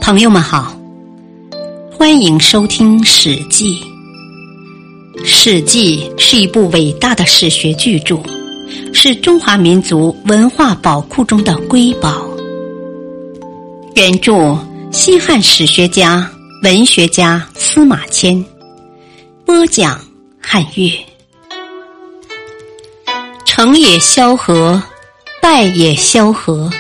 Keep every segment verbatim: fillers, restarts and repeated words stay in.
朋友们好，欢迎收听《史记》。《史记》是一部伟大的史学巨著，是中华民族文化宝库中的瑰宝。原著西汉史学家、文学家司马迁，播讲汉乐。成也萧何，败也萧何。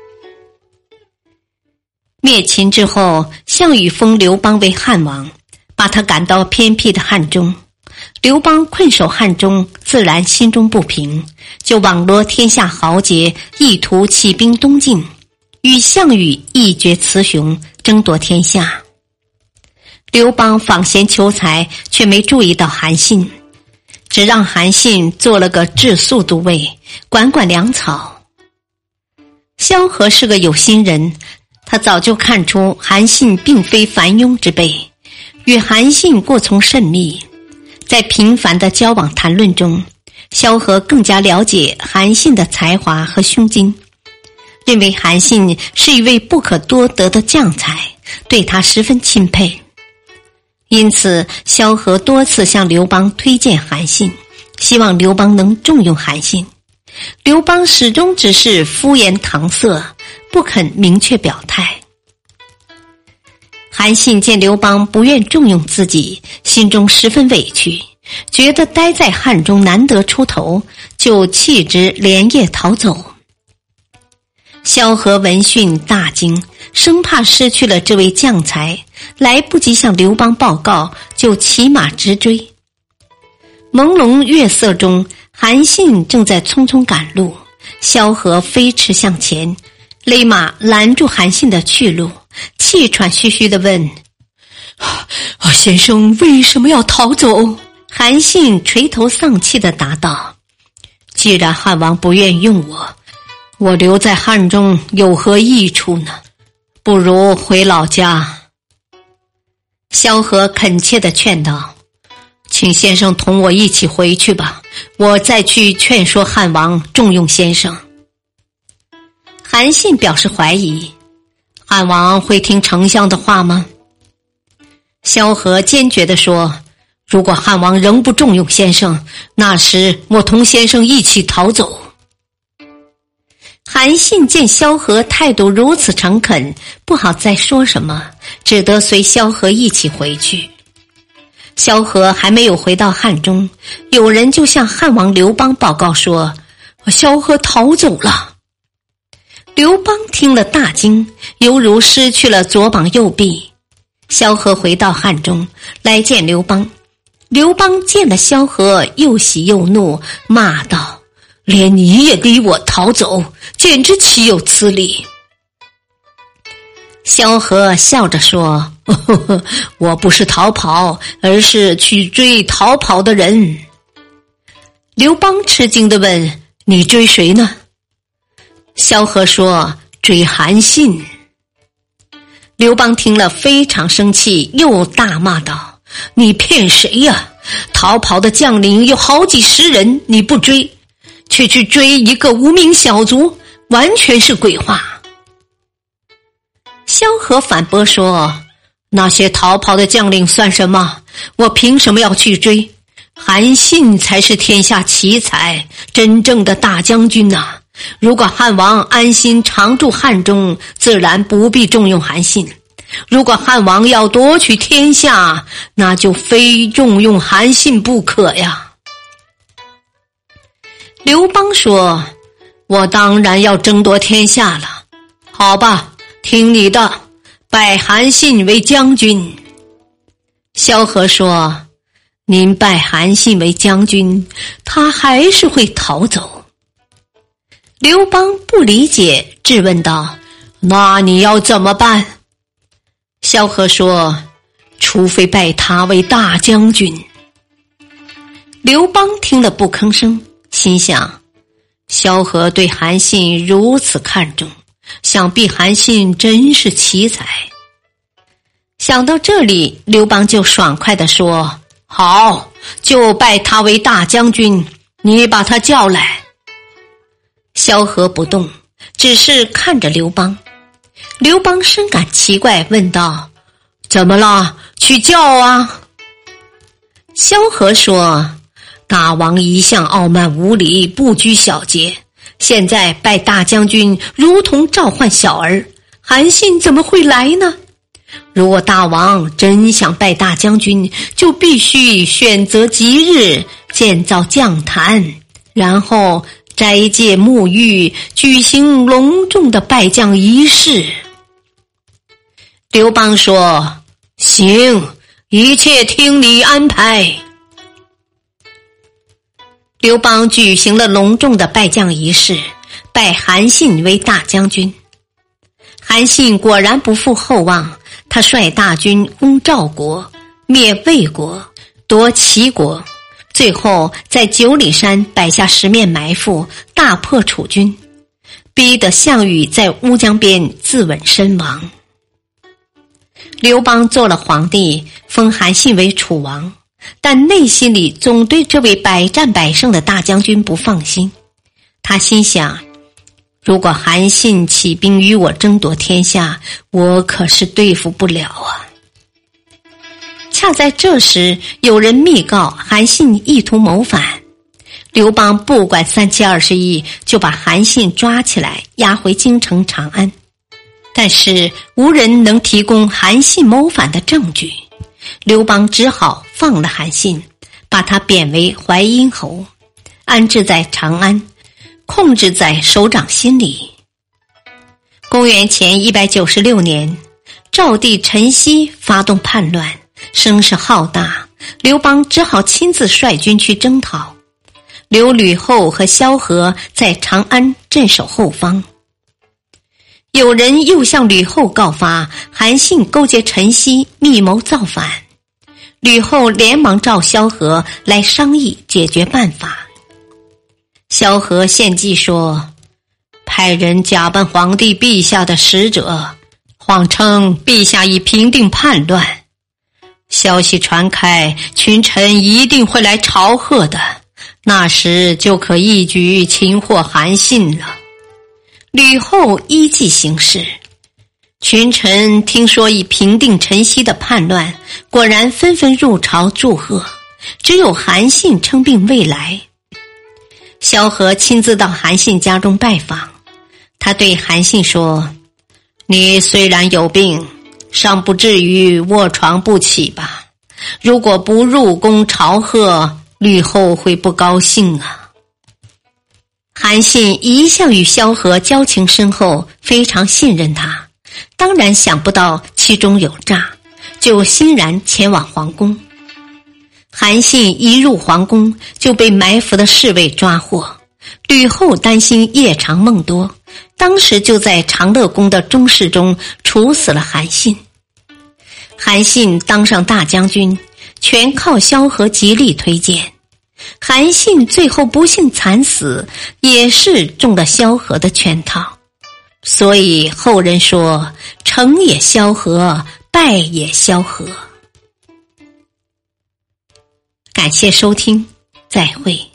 灭秦之后，项羽封刘邦为汉王，把他赶到偏僻的汉中。刘邦困守汉中，自然心中不平，就网罗天下豪杰，意图起兵东进，与项羽一决雌雄，争夺天下。刘邦访贤求才，却没注意到韩信，只让韩信做了个治粟都尉，管管粮草。萧何是个有心人，他早就看出韩信并非凡庸之辈，与韩信过从甚密。在频繁的交往谈论中，萧何更加了解韩信的才华和胸襟，认为韩信是一位不可多得的将才，对他十分钦佩。因此萧何多次向刘邦推荐韩信，希望刘邦能重用韩信。刘邦始终只是敷衍搪塞，不肯明确表态。韩信见刘邦不愿重用自己，心中十分委屈，觉得待在汉中难得出头，就弃职连夜逃走。萧何闻讯大惊，生怕失去了这位将才，来不及向刘邦报告，就骑马直追。朦胧月色中，韩信正在匆匆赶路，萧何飞驰向前，勒马拦住韩信的去路，气喘吁吁地问：先生为什么要逃走？韩信垂头丧气地答道：既然汉王不愿用我，我留在汉中有何益处呢？不如回老家。萧何恳切地劝道：请先生同我一起回去吧，我再去劝说汉王重用先生。韩信表示怀疑：汉王会听丞相的话吗？萧何坚决地说：如果汉王仍不重用先生，那时我同先生一起逃走。韩信见萧何态度如此诚恳，不好再说什么，只得随萧何一起回去。萧何还没有回到汉中，有人就向汉王刘邦报告说：萧何逃走了。刘邦听了大惊，犹如失去了左膀右臂。萧何回到汉中，来见刘邦。刘邦见了萧何，又喜又怒，骂道：连你也逼我逃走，简直岂有此理！萧何笑着说：呵呵，我不是逃跑，而是去追逃跑的人。刘邦吃惊地问：你追谁呢？萧何说：追韩信。刘邦听了非常生气，又大骂道：你骗谁呀？逃跑的将领有好几十人，你不追，却去追一个无名小卒，完全是鬼话。萧何反驳说：那些逃跑的将领算什么？我凭什么要去追？韩信才是天下奇才，真正的大将军呐、啊！如果汉王安心常驻汉中，自然不必重用韩信；如果汉王要夺取天下，那就非重用韩信不可呀。刘邦说：我当然要争夺天下了。好吧，听你的，拜韩信为将军。萧何说：您拜韩信为将军，他还是会逃走。刘邦不理解，质问道：那你要怎么办？萧何说：除非拜他为大将军。刘邦听了不吭声，心想：萧何对韩信如此看重，想必韩信真是奇才。想到这里，刘邦就爽快地说：好，就拜他为大将军，你把他叫来。萧何不动，只是看着刘邦。 刘邦深感奇怪，问道：怎么了？去叫啊！萧何说：大王一向傲慢无礼，不拘小节，现在拜大将军如同召唤小儿，韩信怎么会来呢？如果大王真想拜大将军，就必须选择吉日，建造将坛，然后斋戒沐浴，举行隆重的拜将仪式。刘邦说：行，一切听你安排。刘邦举行了隆重的拜将仪式，拜韩信为大将军。韩信果然不负厚望，他率大军攻赵国，灭魏国，夺齐国，最后在九里山摆下十面埋伏，大破楚军，逼得项羽在乌江边自刎身亡。刘邦做了皇帝，封韩信为楚王，但内心里总对这位百战百胜的大将军不放心。他心想，如果韩信起兵与我争夺天下，我可是对付不了啊。恰在这时，有人密告韩信意图谋反，刘邦不管三七二十一，就把韩信抓起来，押回京城长安。但是无人能提供韩信谋反的证据，刘邦只好放了韩信，把他贬为淮阴侯，安置在长安，控制在手掌心里。公元前一百九十六年，赵帝陈豨发动叛乱，声势浩大，刘邦只好亲自率军去征讨，留吕后和萧何在长安镇守后方。有人又向吕后告发韩信勾结陈豨密谋造反，吕后连忙召萧何来商议解决办法。萧何献计说，派人假扮皇帝陛下的使者，谎称陛下已平定叛乱，消息传开，群臣一定会来朝贺的，那时就可一举擒获韩信了。吕后依计行事，群臣听说已平定陈豨的叛乱，果然纷纷入朝祝贺，只有韩信称病未来。萧何亲自到韩信家中拜访，他对韩信说，你虽然有病，尚不至于卧床不起吧？如果不入宫朝贺，吕后会不高兴啊。韩信一向与萧何交情深厚，非常信任他，当然想不到其中有诈，就欣然前往皇宫。韩信一入皇宫就被埋伏的侍卫抓获，吕后担心夜长梦多，当时就在长乐宫的中室中处死了韩信。韩信当上大将军，全靠萧何极力推荐。韩信最后不幸惨死，也是中了萧何的圈套，所以后人说，成也萧何，败也萧何。感谢收听，再会。